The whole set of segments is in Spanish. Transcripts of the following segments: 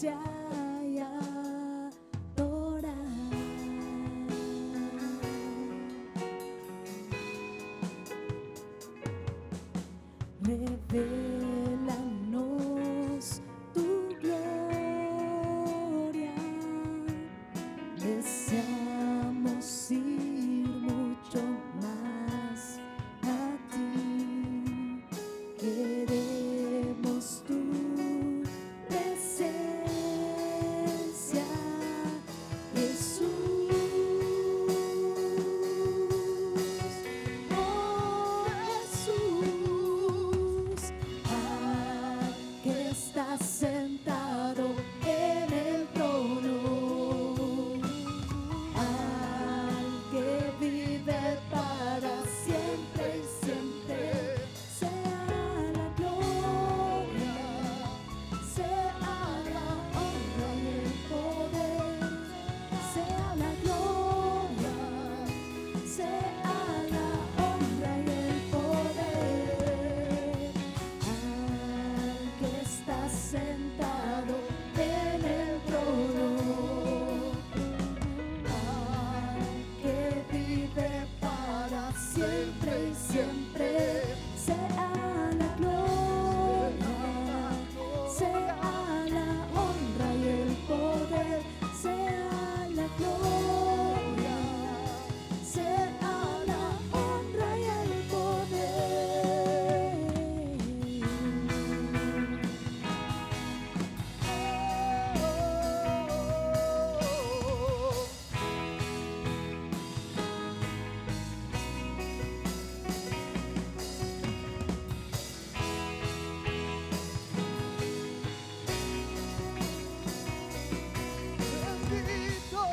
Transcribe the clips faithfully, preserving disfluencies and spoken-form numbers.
presencia y adorar. Revélanos tu gloria, deseamos ir mucho más a ti, queremos tu presencia, Jesús. Oh Jesús, al que estás sentado en el trono, al que vive para siempre y siempre, sea la gloria, sea la honra y el poder, sea la gloria, sea la honra y el poder, al que está sentado en el trono, al que vive para siempre y siempre, sea la gloria, sea la honra y el poder, sea la gloria, sea la honra y el poder. Bendito.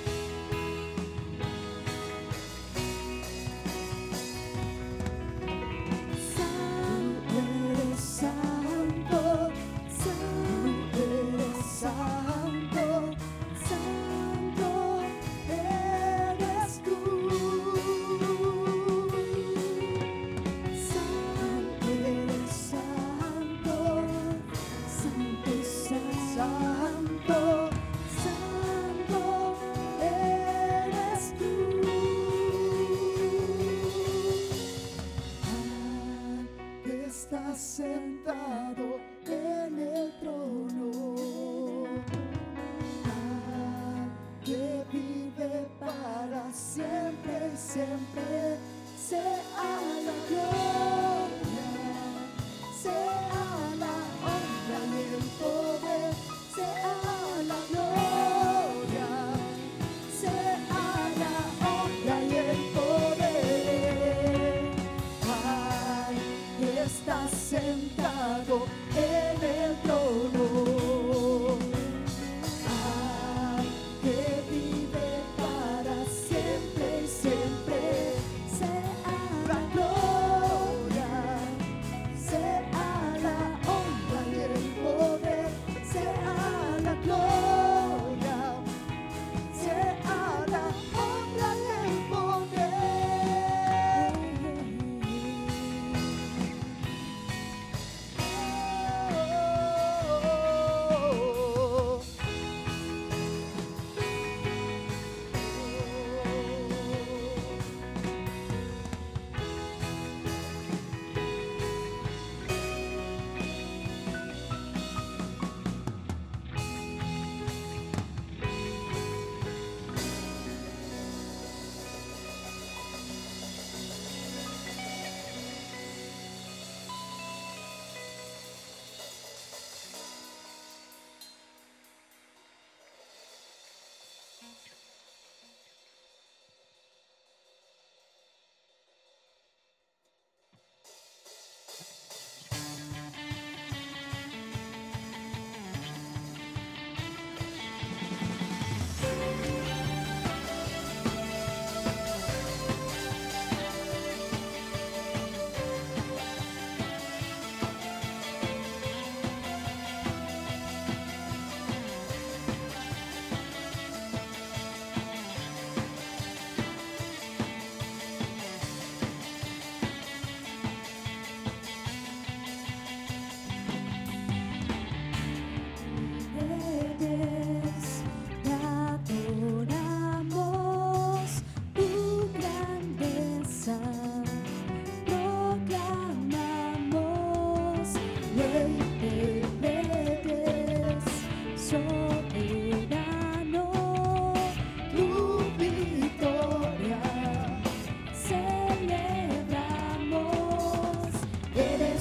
Santo eres santo, santo eres santo, santo eres tú. Santo eres santo, santo, santo, santo eres tú. Al que está sentado en el trono, al que vive para siempre y siempre, sea la gloria, sea la honra y el poder, sea la gloria, sea la honra y el poder, al que está sentado en el trono, al que vive para siempre y siempre, sea la gloria, sea la honra y el poder, sea la gloria, sea la honra y el poder.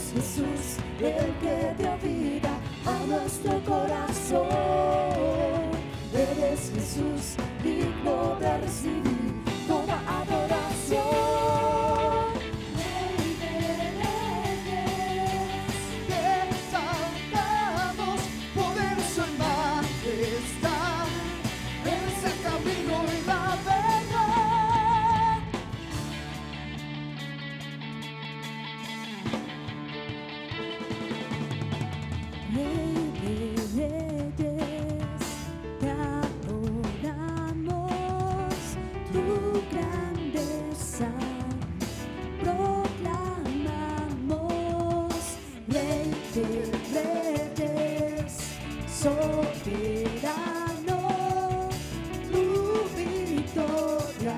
Eres Jesús, el que dio vida a nuestro corazón. Eres Jesús, digno de recibir toda adoración. Rey de reyes, te exaltamos, poderoso en majestad. Eres el camino y la verdad. Rey de reyes, te adoramos, tu grandeza proclamamos. Rey de reyes, soberano, tu victoria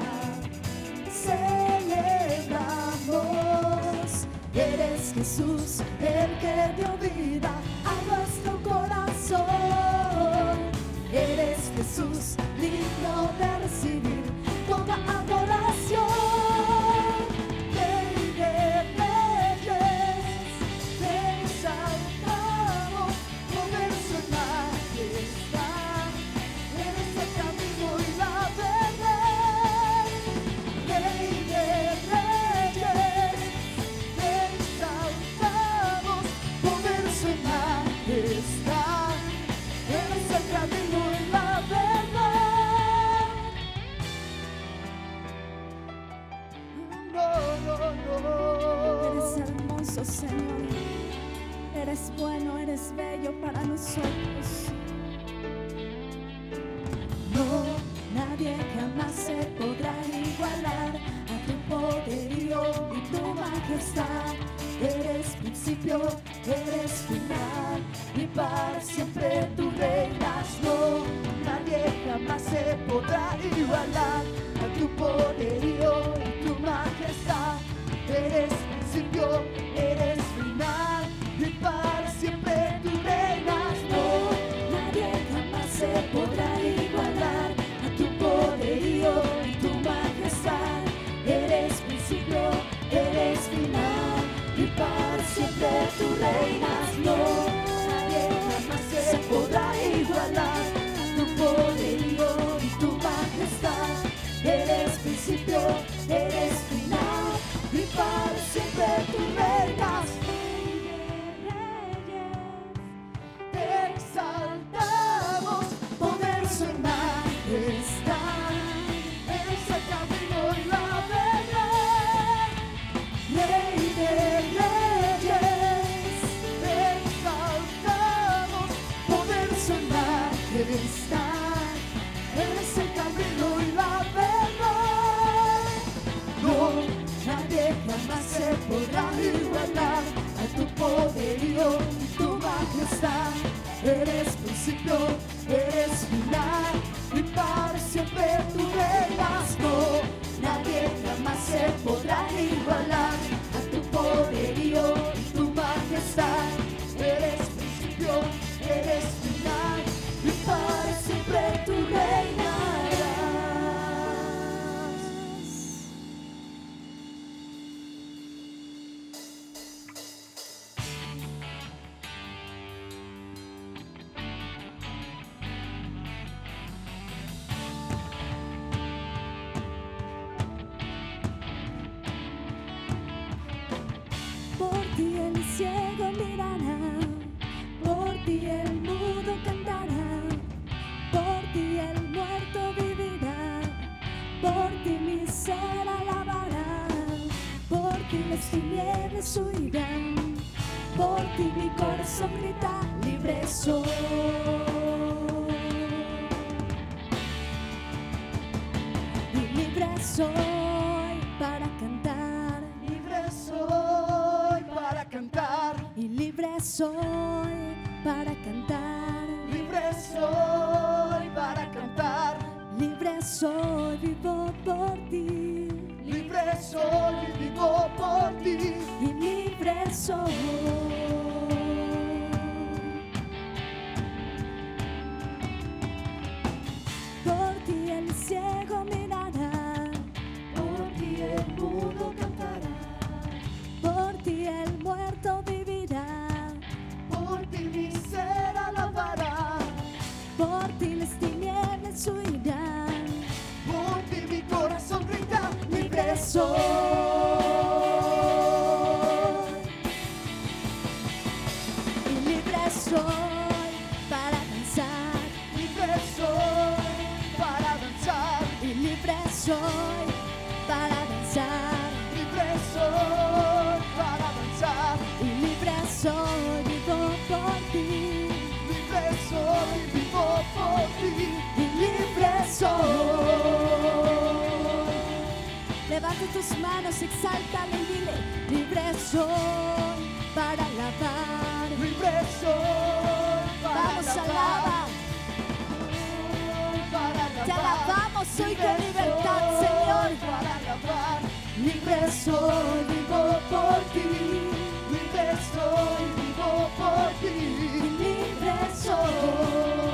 celebramos. Eres Jesús, el que dio vida a nuestro corazón. Eres Jesús, digno de recibir toda adoración. Rey de reyes, te exaltamos, poderoso en majestad. Eres el camino y la verdad. Rey de reyes, te exaltamos, poderoso en majestad. Eres el camino y la verdad. No, no, no. Eres hermoso, Señor. Eres bueno, eres bello para nosotros. No, nadie jamás se podrá igualar a tu poderío y tu majestad. Eres principio, eres final y para siempre tú reinas. No, nadie jamás se podrá igualar a tu poderío y tu majestad. Eres principio, eres final y para siempre tú reinas. No, nadie jamás se podrá igualar a tu poderío y tu majestad. Eres principio, eres final y para siempre tú reinas. No, nadie jamás se podrá igualar a tu poderío y tu majestad. Eres principio, eres final y para siempre tú reinas. Te exaltamos, poderoso en majestad. Eres el camino y la verdad. Rey de reyes, te exaltamos, poderoso en majestad. Eres el camino y la verdad. No, nadie jamás se podrá igualar a tu poderío y tu majestad. Eres principio, eres final y para siempre tú reinas. No, nadie jamás se podrá igualar a tu poderío y tu majestad. Eres principio, eres final y para siempre tú reinarás. Por ti el ciego mirará, por ti el mudo cantará, por ti el muerto vivirá, por ti mi ser alabará, por ti las tinieblas huirán, por ti mi corazón grita, libre soy. Y libre soy para cantar, Libre soy para cantar, y libre soy para cantar, libre soy para cantar, libre soy, vivo por ti, libre soy y vivo por ti. y libre soy. Por ti el ciego mirará, Por ti el mundo cantará, por ti el muerto vivirá. soy. Y libre soy para danzar. Libre soy para danzar. Y libre soy para danzar. Libre soy para danzar. Y libre soy, vivo por ti. Libre soy, vivo por ti. Y libre soy. Levanta tus manos, exáltale y dile: libre soy para alabar. Libre soy para Vamos, alaba. para alabar. Te alabamos hoy Libre con libertad, soy Señor. para alabar. Libre soy, vivo por ti. Libre soy, vivo por Y ti. libre soy.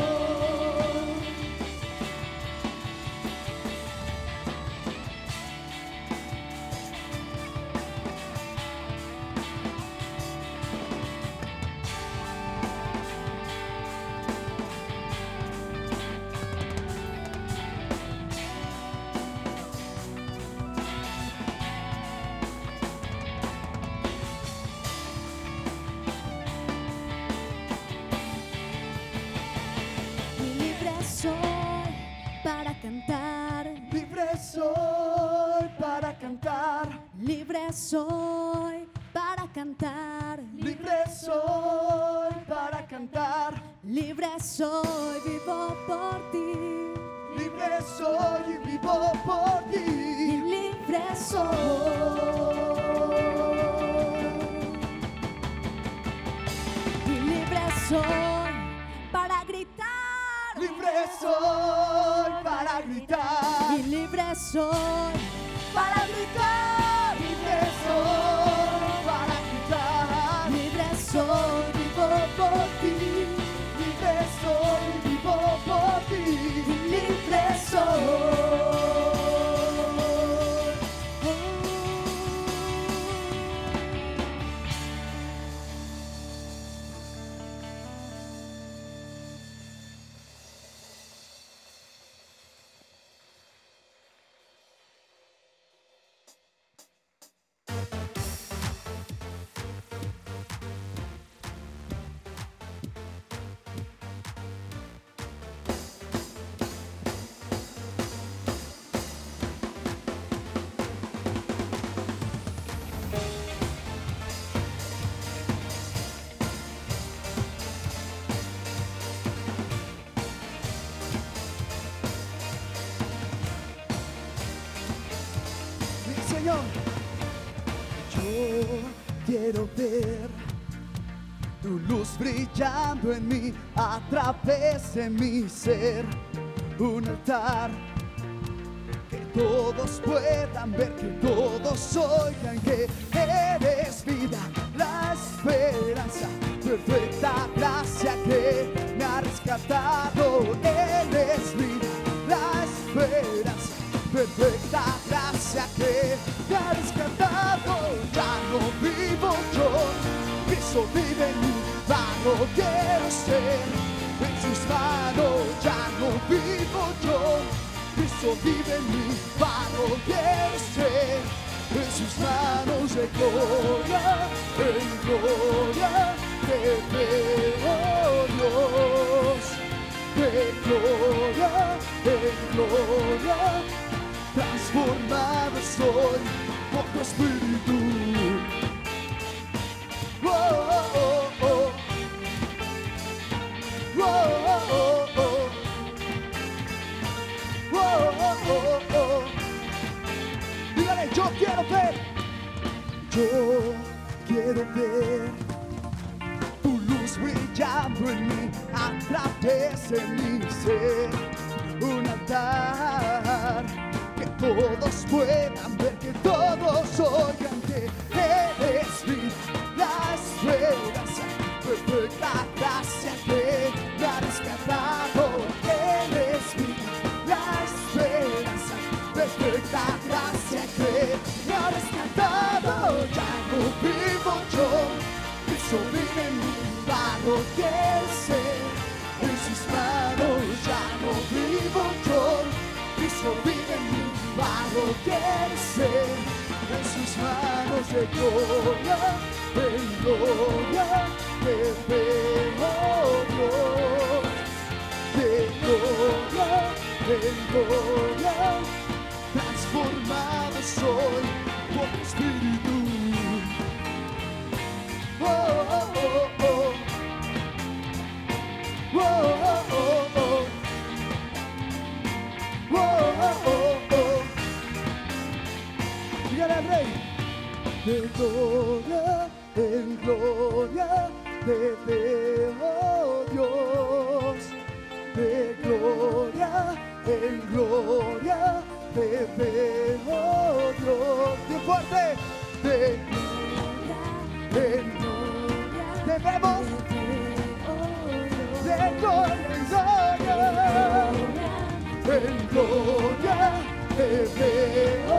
Y libre soy para cantar. Libre soy para cantar. Libre soy para cantar. Libre soy para cantar. Libre soy, vivo por ti. Libre soy y vivo por Y ti. libre soy. Y libre soy para gritar. Libre soy para gritar. Y libre soy para gritar. Libre soy para gritar. Libre soy, vivo por ti. Libre soy y vivo por ti. Y libre soy. Mi Señor, yo quiero ver tu luz brillando en mí a través de mi ser. Un altar que todos puedan ver, que todos oigan que eres vida, la esperanza, perfecta gracia que me ha rescatado. Eres vida, la esperanza, perfecta gracia que me ha rescatado. Ya no vivo yo, Cristo vive en mí, vano quiero ser. En sus manos ya no vivo yo, Cristo vive en mí, vano quiero ser. En sus manos de gloria, en gloria te veo, Dios. De gloria, en gloria, transformado soy por tu espíritu. Oh, oh, oh, oh. Oh, oh, oh, oh. Oh, oh, oh, oh. Dígale, yo quiero ver, yo quiero ver tu luz brillando en mí a través de mi ser. Un altar que todos puedan ver, que todos oigan que eres mi la esperanza, perfecta gracia que me ha rescatado. Eres mi la esperanza, perfecta gracia que me ha rescatado. Ya no vivo yo, Cristo vive en mí, vano quiero ser. En sus manos ya no vivo yo, Cristo vive en mí, vano quiero ser. manos de gloria, en gloria te veo, Dios. De gloria, en gloria, transformado soy por tu Espíritu. Oh, oh, oh, oh. Oh, oh, oh, oh. Oh, oh, oh, oh. Dígale al Rey. De gloria, en gloria te veo, Dios. De gloria, en gloria te veo, Dios. Bien fuerte. De gloria, en gloria te vemos. De gloria en gloria, en gloria te veo,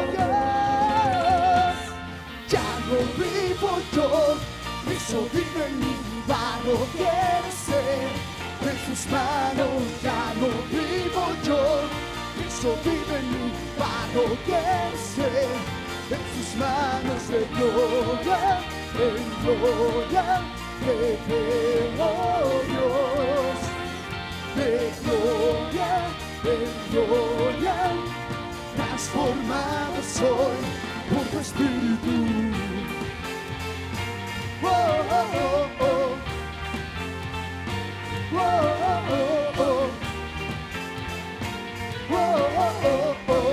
Dios. Ya no vivo yo, Cristo vive en mí, barro quiero ser. En sus manos ya no vivo yo, Cristo vive en mí, barro quiero ser. En sus manos de gloria, en gloria te veo, Dios. De gloria, en gloria, transformado soy por tu Espíritu. Oh, oh, oh, oh. Oh, oh, oh, oh. Oh, oh, oh, oh.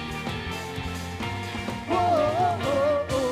Oh, oh, oh, oh.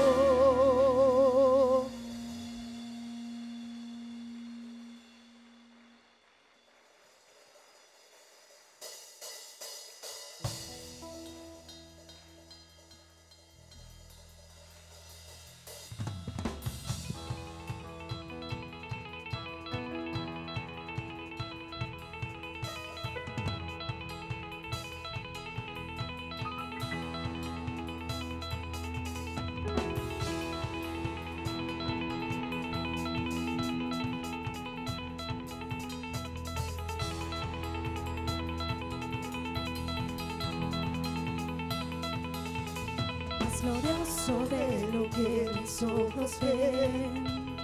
Glorioso de lo que mis ojos ven,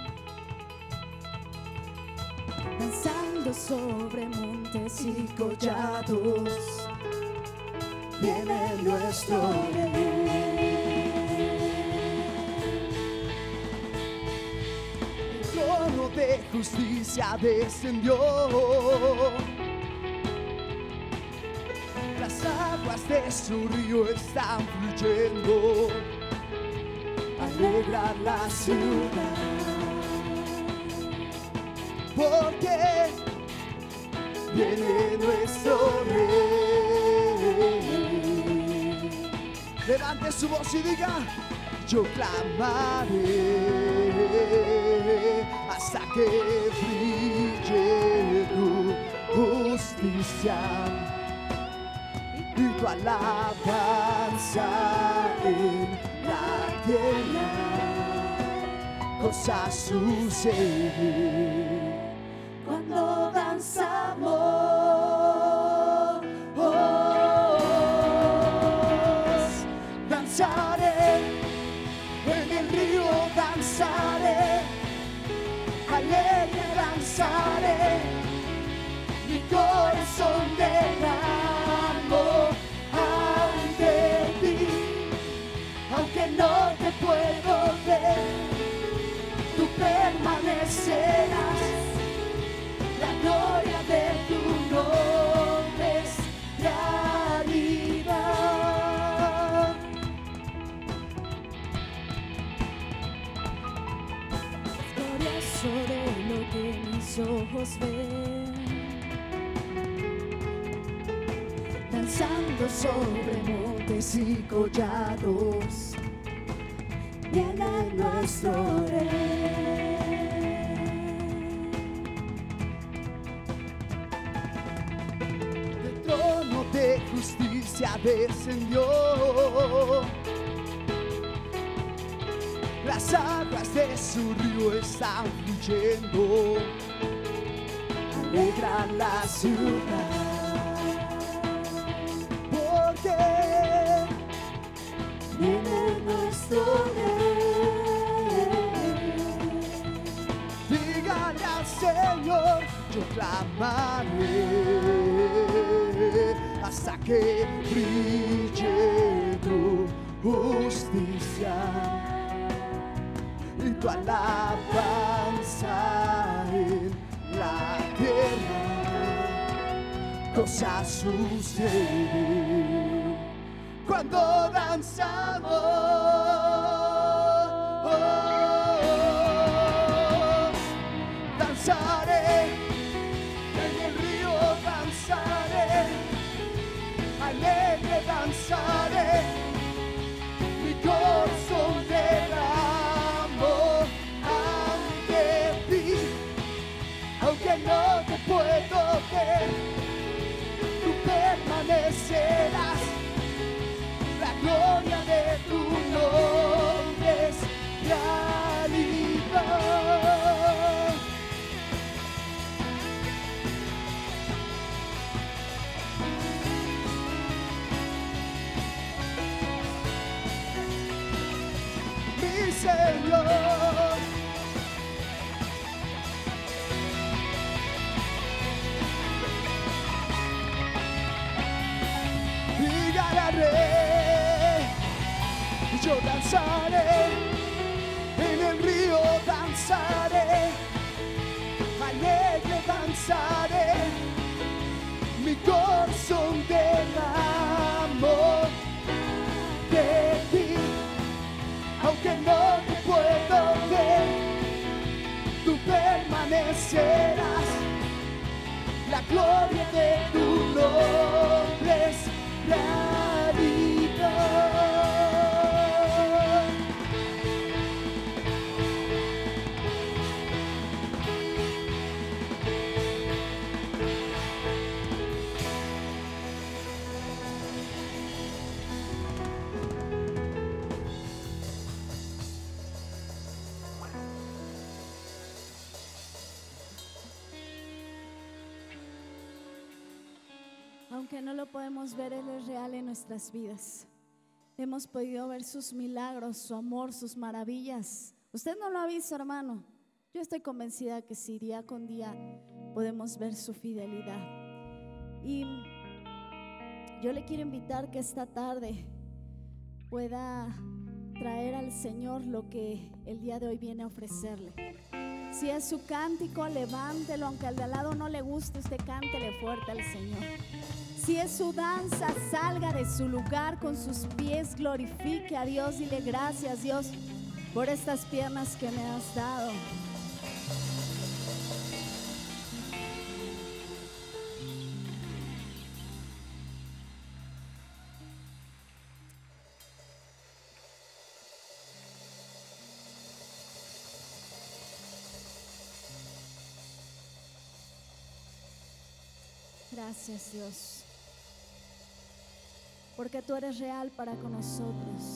danzando sobre montes y collados, viene nuestro rey. El trono de justicia descendió, las aguas de su río están fluyendo, alegrar la ciudad, porque viene nuestro rey. Levante su voz y diga: yo clamaré hasta que brille tu justicia y tu alabanza en la tierra. Cosas suceden cuando danzamos. Danzaré en el río, danzaré, alegre danzaré, mi corazón derramo ante ti, Aunque no te puedo ver, tú permanecerás. La gloria de tu nombre es realidad. Glorioso de lo que mis ojos ven, danzando sobre montes y collados, viene nuestro rey. el trono de justicia descendió, las aguas de su río están fluyendo, Alegran la ciudad, porque viene nuestro nuestro Rey. Dígale al Señor, yo clamaré hasta que brille tu justicia y tu alabanza en la tierra. Cosas suceden cuando danzamos. Oh, danzaré en el río, danzaré, alegre danzaré, mi corazón derramo ante ti, aunque no te puedo ver, tú permanecerás, la gloria de tu nombre es realidad. Mi Señor, dígale al Rey, yo danzaré, en el río danzaré, alegre danzaré, mi corazón derramo de ti, aunque no te puedo ver, tú permanecerás, la gloria de tu nombre es realidad. Aunque no lo podemos ver, Él es real en nuestras vidas. Hemos podido ver sus milagros, su amor, sus maravillas. Usted no lo ha visto, hermano. Yo estoy convencida que si día con día podemos ver su fidelidad. Y yo le quiero invitar que esta tarde pueda traer al Señor lo que el día de hoy viene a ofrecerle. Si es su cántico, levántelo, aunque al de al lado no le guste, usted cántele fuerte al Señor. Si es su danza, salga de su lugar con sus pies, glorifique a Dios, dile gracias, Dios, por estas piernas que me has dado. Gracias, Dios, porque tú eres real para con nosotros.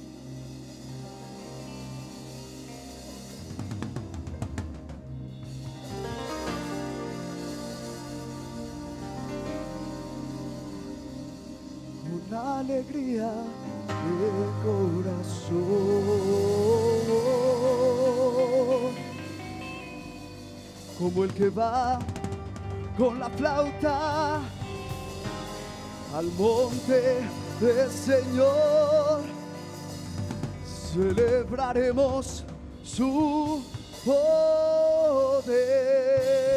Una alegría de corazón, como el que va con la flauta al monte del Señor, celebraremos su poder.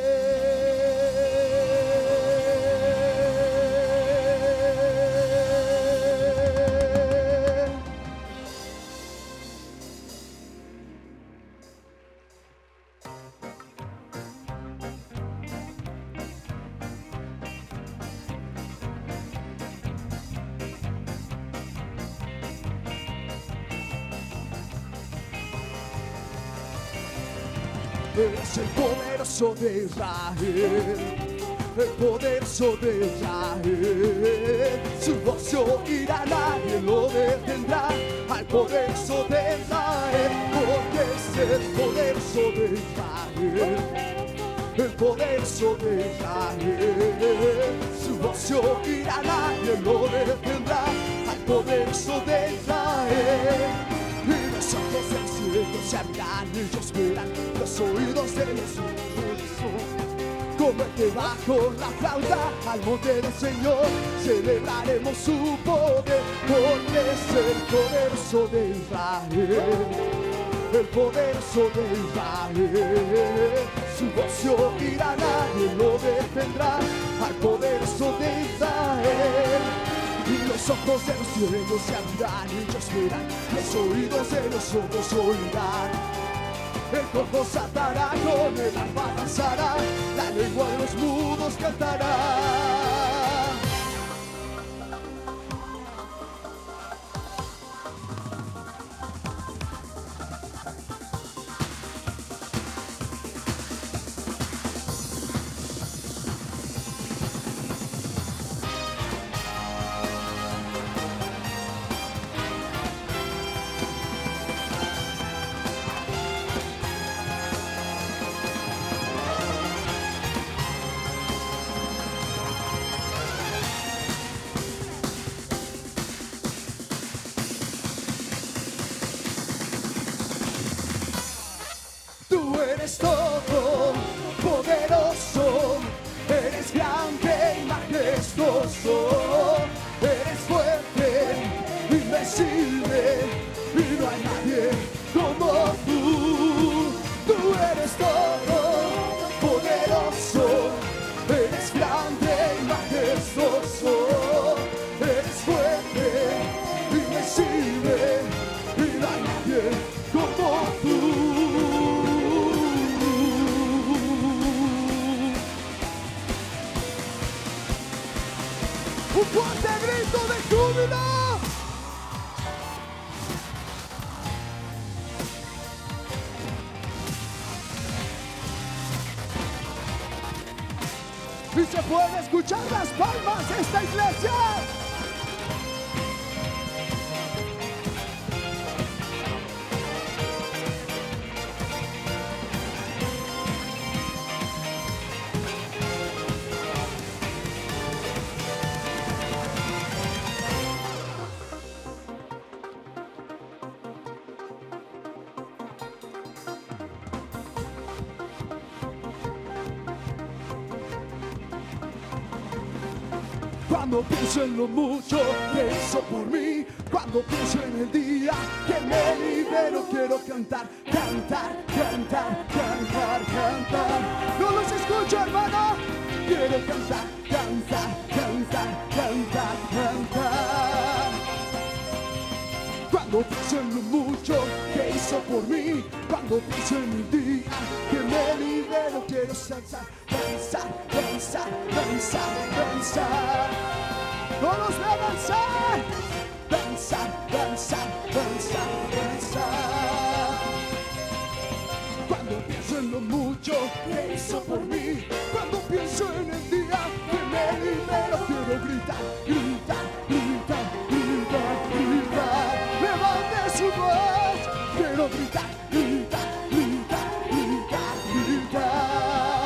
Es el poderoso de Israel, el poderoso de Israel. Su voz se oirá, nadie lo detendrá. Al poderoso de Israel, porque es el poderoso de Israel, el poderoso de Israel. Su voz se oirá, nadie lo detendrá. Al poderoso de Israel. Israel. Y los ojos del cielo se abrirán, ellos verán los oídos de los sordos. Como el que bajo la flauta al monte del Señor, celebraremos su poder, porque es el poderoso de Israel, el poderoso de Israel. Su voz se oirá, nadie lo detendrá, al poderoso de Israel. Y los ojos de los cielos se abrirán, ellos verán, los oídos de los sordos oirán. El cojo saltará, con el arpa danzará, la lengua de los mudos cantará. Eres todo poderoso, eres grande y majestuoso, eres fuerte, invencible, y no hay nadie como tú. Tú eres todo poderoso, eres grande y majestuoso, eres fuerte, invencible, y no hay nadie como tú. ¡Un fuerte grito de júbilo! Y se pueden escuchar las palmas de esta iglesia. Cuando pienso en lo mucho que hizo por mí, cuando pienso en el día que me libero, quiero cantar, cantar, cantar, cantar, cantar. No los escucho, hermano. Quiero cantar, cantar, cantar, cantar, cantar. Cuando pienso en lo mucho que hizo por mí, cuando pienso en el día que me libero, quiero danzar, danzar, danzar, danzar, danzar. Todos voy a danzar, danzar, danzar, danzar, danzar. Cuando pienso en lo mucho que hizo por mí, cuando pienso en el día que me libero, quiero gritar, gritar, gritar, gritar, gritar. Levante su voz, quiero gritar, gritar, gritar, gritar, gritar.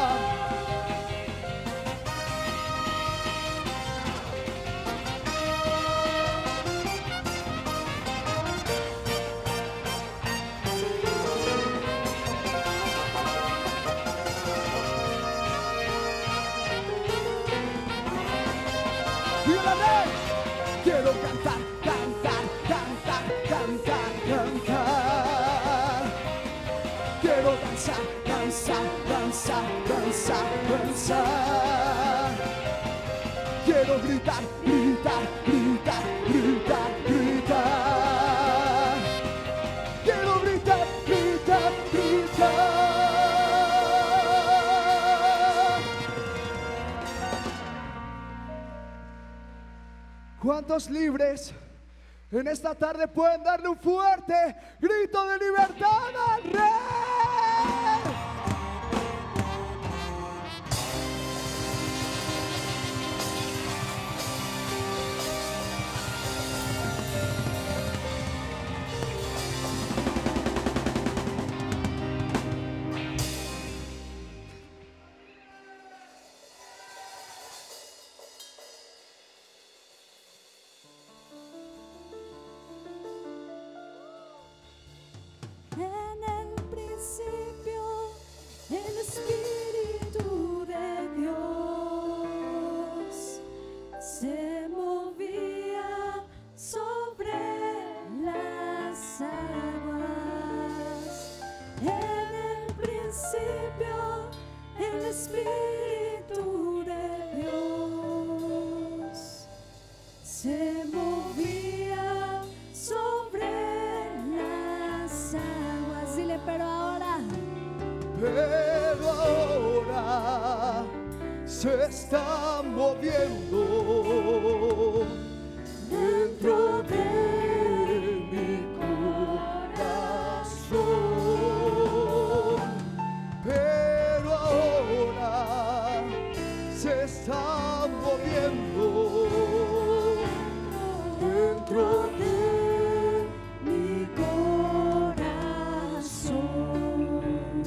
Quiero cantar, cantar, cantar, cantar, cantar. Quiero danzar, danzar, danzar, danzar, danzar. Quiero gritar, gritar, gritar, gritar, gritar. Quiero gritar, gritar, gritar. ¿Cuántos libres en esta tarde pueden darle un fuerte grito de libertad al Rey? principio el Espíritu de Dios se movía sobre las aguas. En el principio el Espíritu de Dios se movía sobre las aguas. Dile, pero ahora, pero ahora se está moviendo dentro de mi corazón. Pero ahora se está moviendo dentro de mi corazón.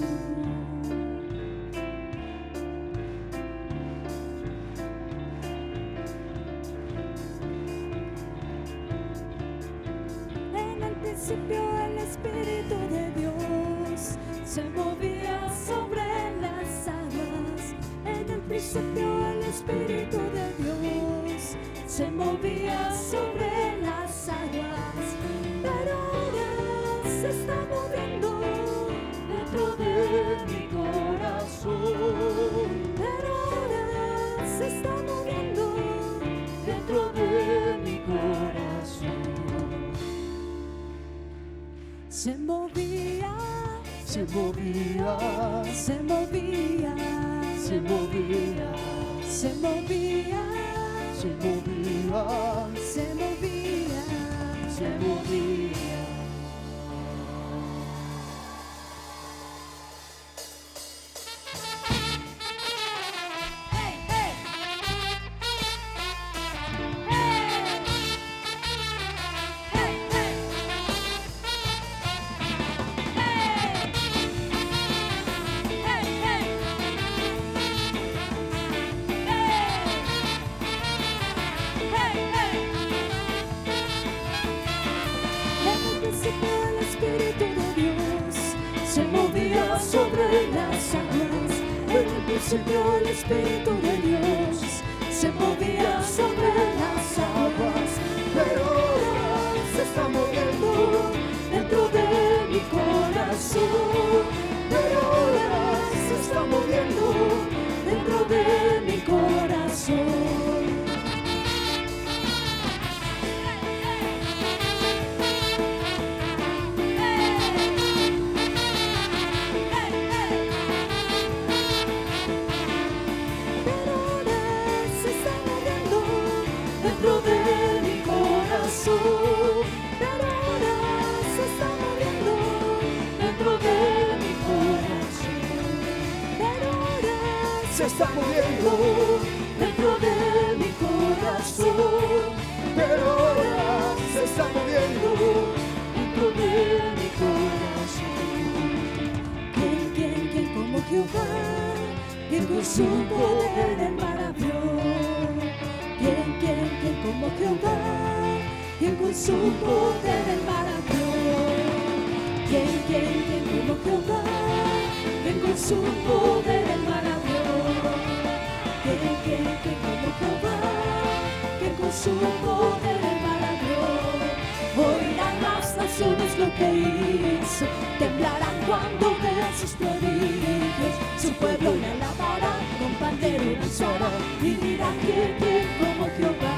En el principio el Espíritu de Dios se movía sobre las aguas. En el principio el Espíritu de Dios se movía sobre las aguas. Pero ahora se está moviendo dentro de mi corazón. Pero ahora se está moviendo dentro de mi corazón. Se movía, se movía, se movía, se movía, se movía, se movía, se movía, se movía. Hey, hey. Hey, hey. Hey, hey. En el principio el Espíritu de Dios se movía sobre las aguas. En el principio el Espíritu de Dios se movía sobre las aguas. Pero ahora se está moviendo dentro de mi corazón. Pero ahora se está moviendo dentro de mi corazón. Pero ahora se está moviendo dentro de mi corazón. Pero ahora se está moviendo dentro de mi corazón. Pero ahora Se está moviendo dentro de mi corazón. pero ahora se está moviendo Dentro de mi corazón. ¿Quién, quién, quién como Jehová? ¿Quién con su poder el mar abrió? ¿Quién, quién, quién como Jehová? ¿Quién con su poder el mar abrió? ¿Quién, quién, quién como Jehová? ¿Quién con su poder el mar abrió? ¿Quién, quién, quién como Jehová? ¿Quién con su poder el mar abrió? Oirán las naciones lo que hizo, temblarán cuando vean sus prodigios. Su pueblo le alabará, con pandero danzará y dirá quién, quién como Jehová.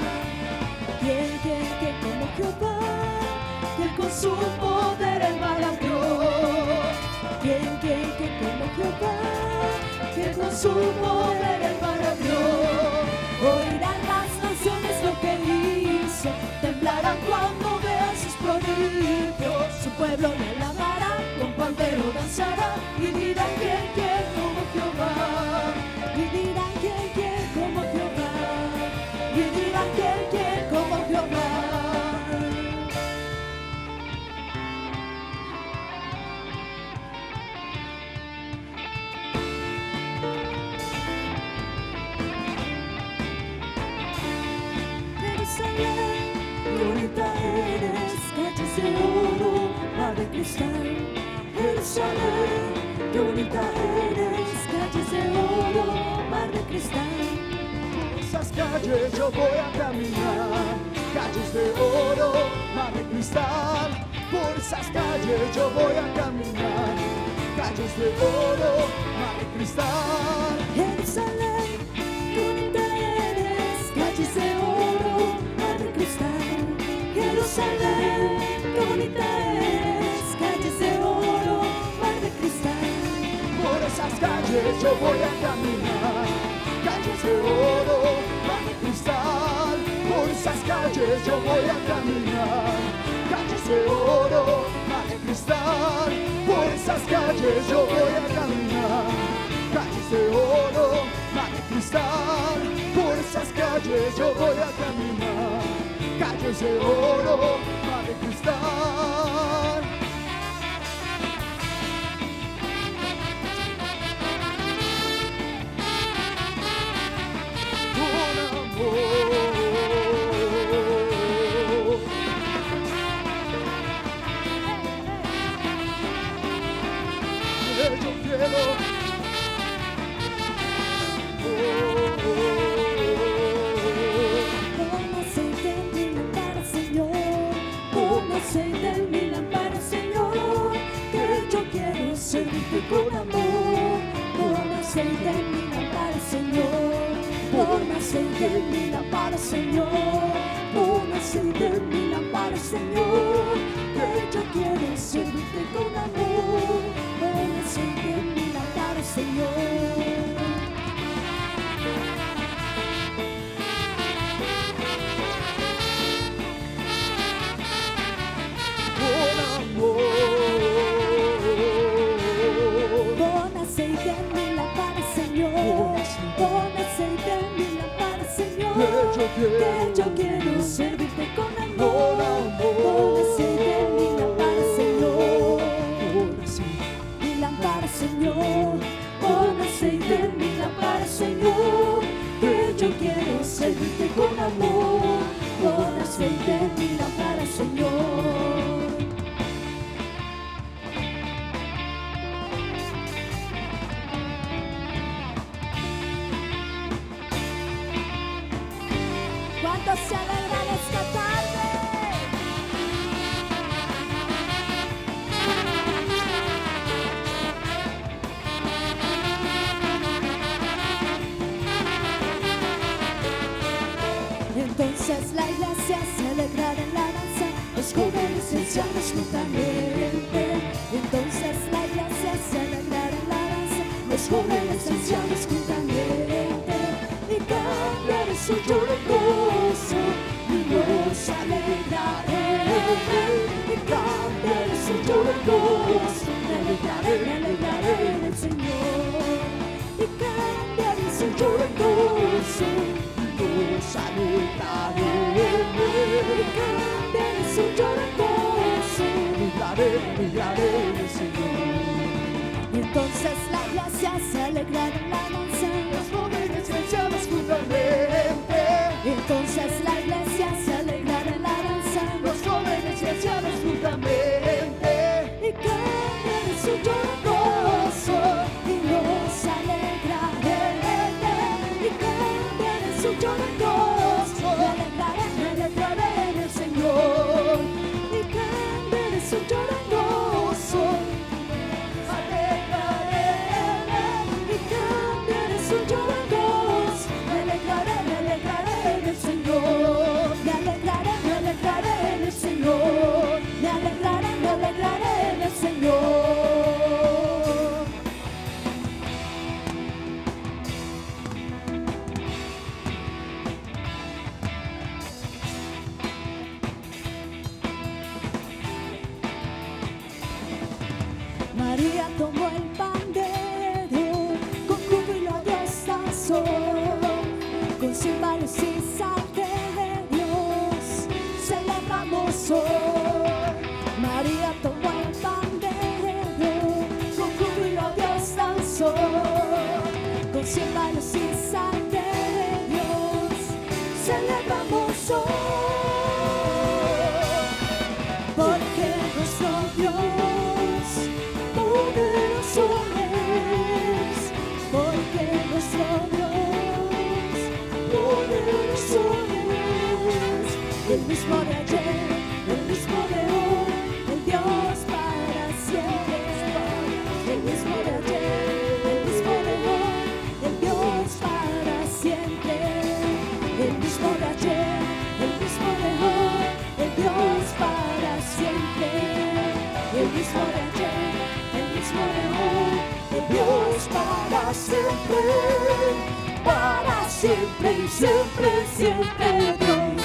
Quién, quién, quién como Jehová, quien con su poder el mar abrió. Quién, quién, quién como Jehová, quien con su poder el mar abrió. Oirán las naciones lo que hizo, temblarán cuando vean sus prodigios. Su pueblo le alabará, con pandero danzará y dirán quién, quién como Jehová. Y dirán quién, quién como Jehová. Y dirán quién, quién como Jehová. Jerusalén, glorita eres, calles de oro, mar de cristal. Jerusalén, qué bonita eres, calles de oro, mar de cristal. Por esas calles yo voy a caminar, calles de oro, mar de cristal. Por esas calles yo voy a caminar, calles de oro, mar de cristal. Jerusalén, qué bonita eres, calles de oro, mar de cristal. Jerusalén, qué bonita eres, calles de oro, mar de cristal. Por esas calles yo voy a caminar, calles de oro, mar de cristal. Por esas calles yo voy a caminar, calles de oro, mar de cristal. Por esas calles yo voy a caminar, calles de oro, mar de cristal. Por esas calles yo voy a caminar, calles de oro, mar de cristal. Yo quiero Pon aceite en mi lámpara, Señor, pon aceite en mi lámpara, Señor, que yo quiero servirte con amor. Pon aceite en mi lámpara, Señor, pon aceite en mi lámpara, Señor, pon aceite en mi lámpara, Señor, que yo quiero servirte con amor. Pon aceite en mi lámpara, Señor. Pon aceite en mi lámpara, Señor, pon aceite en mi lámpara, Señor, que yo quiero servirte con amor. Pon aceite en mi lámpara, Señor, mi lámpara, Señor, pon aceite en mi lámpara, Señor, que yo quiero servirte con amor. Pon aceite en mi lámpara, Señor. ¿Cuántos se alegran esta tarde? Entonces la iglesia se alegrará en la danza, los jóvenes y ancianos juntamente. Entonces la iglesia se alegrará en la danza, los jóvenes y ancianos juntamente. Y cambiaré su lloro en gozo, y nos alegraré. Y cambiaré su lloro en gozo, me alegraré, me alegraré en el Señor. Y cambiaré su lloro en gozo, nos alegraré. Y cambiaré su lloro en gozo, alegraré, alegraré en el Señor. entonces la iglesia se alegrará en la danza, Los jóvenes y ancianos juntamente, entonces la iglesia se alegrará en la danza, los jóvenes y ancianos juntamente, y cambiaré su lloro en gozo, y nos alegraré. Y cambiaré su lloro en gozo, me alegraré, me alegraré en el Señor. Y cambiaré su lloro en gozo, alegraré. y cambiaré su lloro en gozo, me alegraré, me alegraré en el Señor. Me alegraré, me alegraré en el Señor. Me alegraré, me alegraré en el Señor. María tomó el pandero, con júbilo a Dios danzó, con címbalos y salterios celebramos hoy. María tomó el pandero, con júbilo a Dios danzó, con címbalos y salterios celebramos hoy. Porque nuestro Dios para siempre, para siempre y siempre, siempre Dios.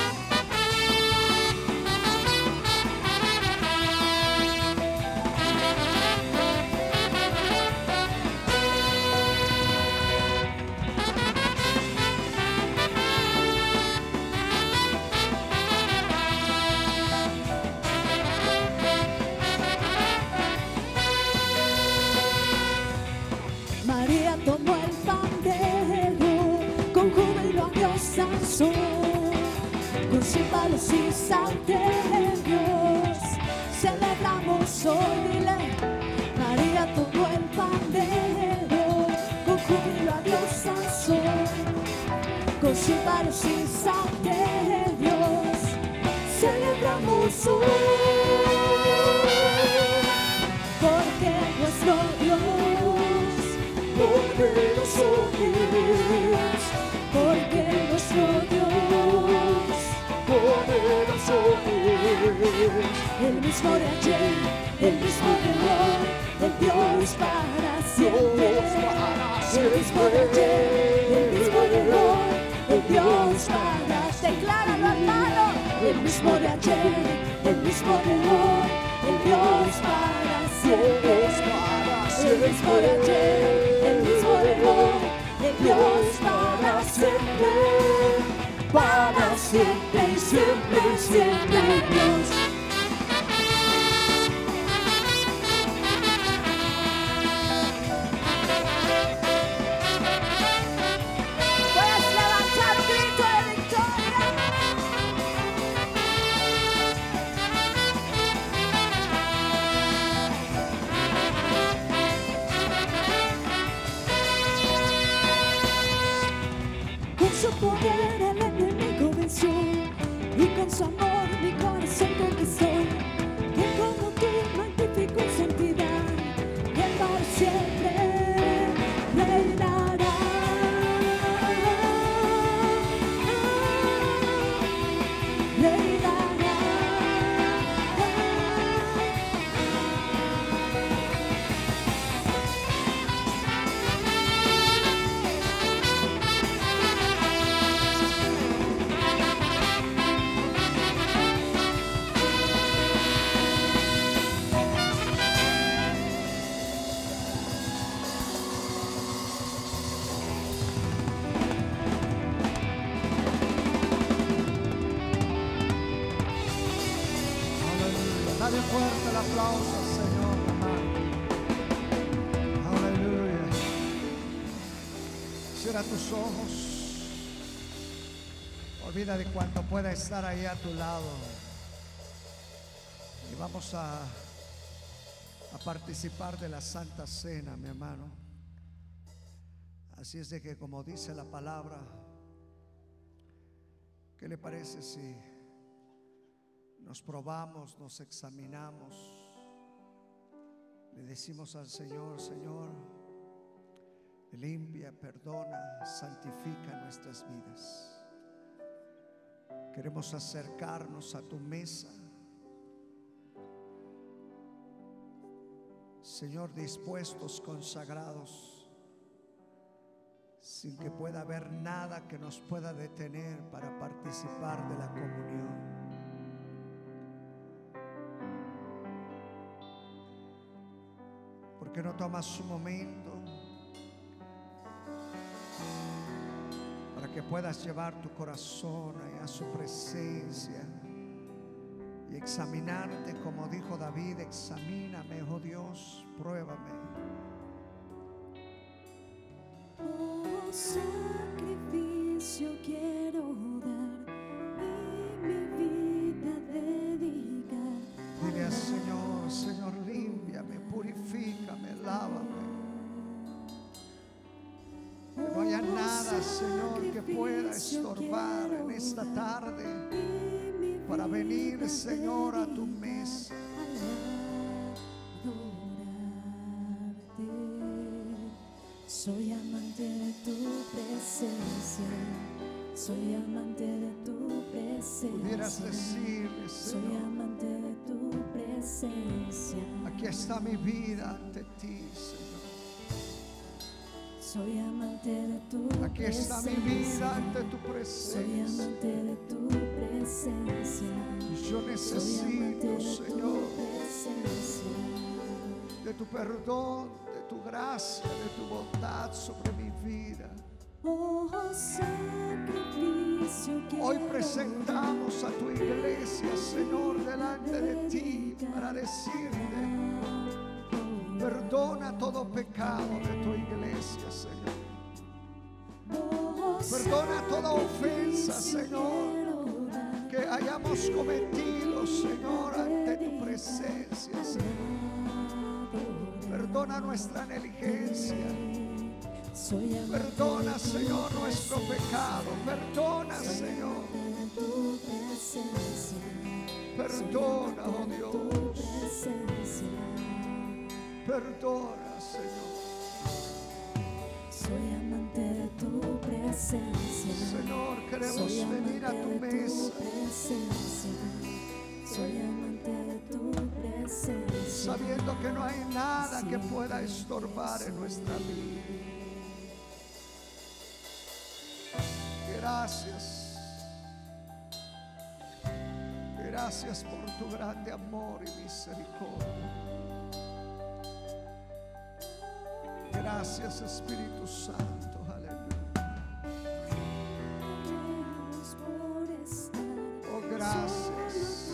María tomó el pandero, con júbilo a Dios alzó, con címbalos y salterios celebramos hoy. Dile, María tomó el pandero, con júbilo a Dios alzó, con címbalos y salterios celebramos hoy, porque nuestro Dios poderoso es, porque nuestro Dios poderoso es, el mismo de ayer, el mismo de hoy, el Dios para siempre, el mismo de ayer, el mismo de hoy, el Dios para siempre. Decláralo, hermano, el mismo de ayer, el mismo de hoy, el Dios para siempre, el mismo de ayer, el mismo de hoy, el Dios para siempre, para siempre y siempre, siempre Dios. Puedes levantar un grito de victoria. Con su poder el enemigo venció, y con su amor mi corazón conquistó. Que como tú magnifico en santidad, y él para siempre reinará. Reinará. Aleluya. Dale fuerte el aplauso al Señor, amado. Aleluya. Cierra tus ojos. Olvida de cuánto pueda estar ahí a tu lado. Y vamos a, a participar de la Santa Cena, mi hermano. Así es de que, como dice la palabra, ¿qué le parece si nos probamos, nos examinamos, le decimos al Señor: Señor, limpia, perdona, santifica nuestras vidas? Queremos acercarnos a tu mesa, Señor, dispuestos, consagrados, sin que pueda haber nada que nos pueda detener para participar de la comunión. ¿Por qué no tomas un momento para que puedas llevar tu corazón a su presencia y examinarte, como dijo David: examíname, oh Dios, pruébame. Oh, sacrificio quiero dar y mi vida dedicar. Dile al Señor: Señor, límpiame, purifícame, lávame. Que no haya nada, Señor, que pueda estorbar en esta tarde para venir, Señor, a tu mesa. Soy amante de tu presencia, soy amante de tu presencia. Pudieras decirle: soy Señor, amante de tu presencia. aquí está mi vida ante ti, Señor. Soy amante de tu Aquí está mi presencia. vida ante tu Soy presencia. amante de tu presencia. Y yo Soy amante necesito, de tu Señor, presencia. de tu perdón, de tu gracia, de tu bondad sobre mi vida. Oh, sacrificio Hoy quiero presentamos a tu iglesia, Señor, delante de ti para decirte: perdona todo pecado de tu iglesia, Señor. Oh, Perdona toda ofensa, Señor, quiero dar que hayamos cometido, Señor, ante tu presencia, Señor. Perdona nuestra negligencia. Soy amante Perdona, de tu Señor, nuestro pecado. Perdona, Señor. de tu presencia. Perdona, oh Dios. Tu presencia. Perdona, Señor. Soy amante de tu presencia. Señor, queremos Soy venir a amante tu de mesa presencia. Soy amante de tu presencia. sabiendo que no hay nada que pueda estorbar en nuestra vida. Gracias. Gracias por tu grande amor y misericordia. Gracias, Espíritu Santo. Aleluya. Oh, gracias.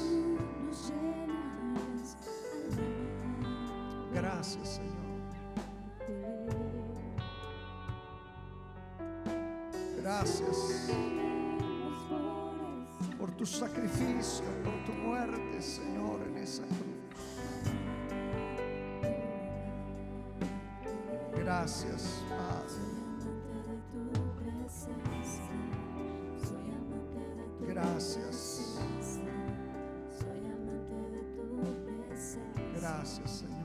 Gracias, Señor. Gracias por tu sacrificio, por tu muerte, Señor, en esa cruz. Gracias, Padre. Gracias. Gracias, Señor.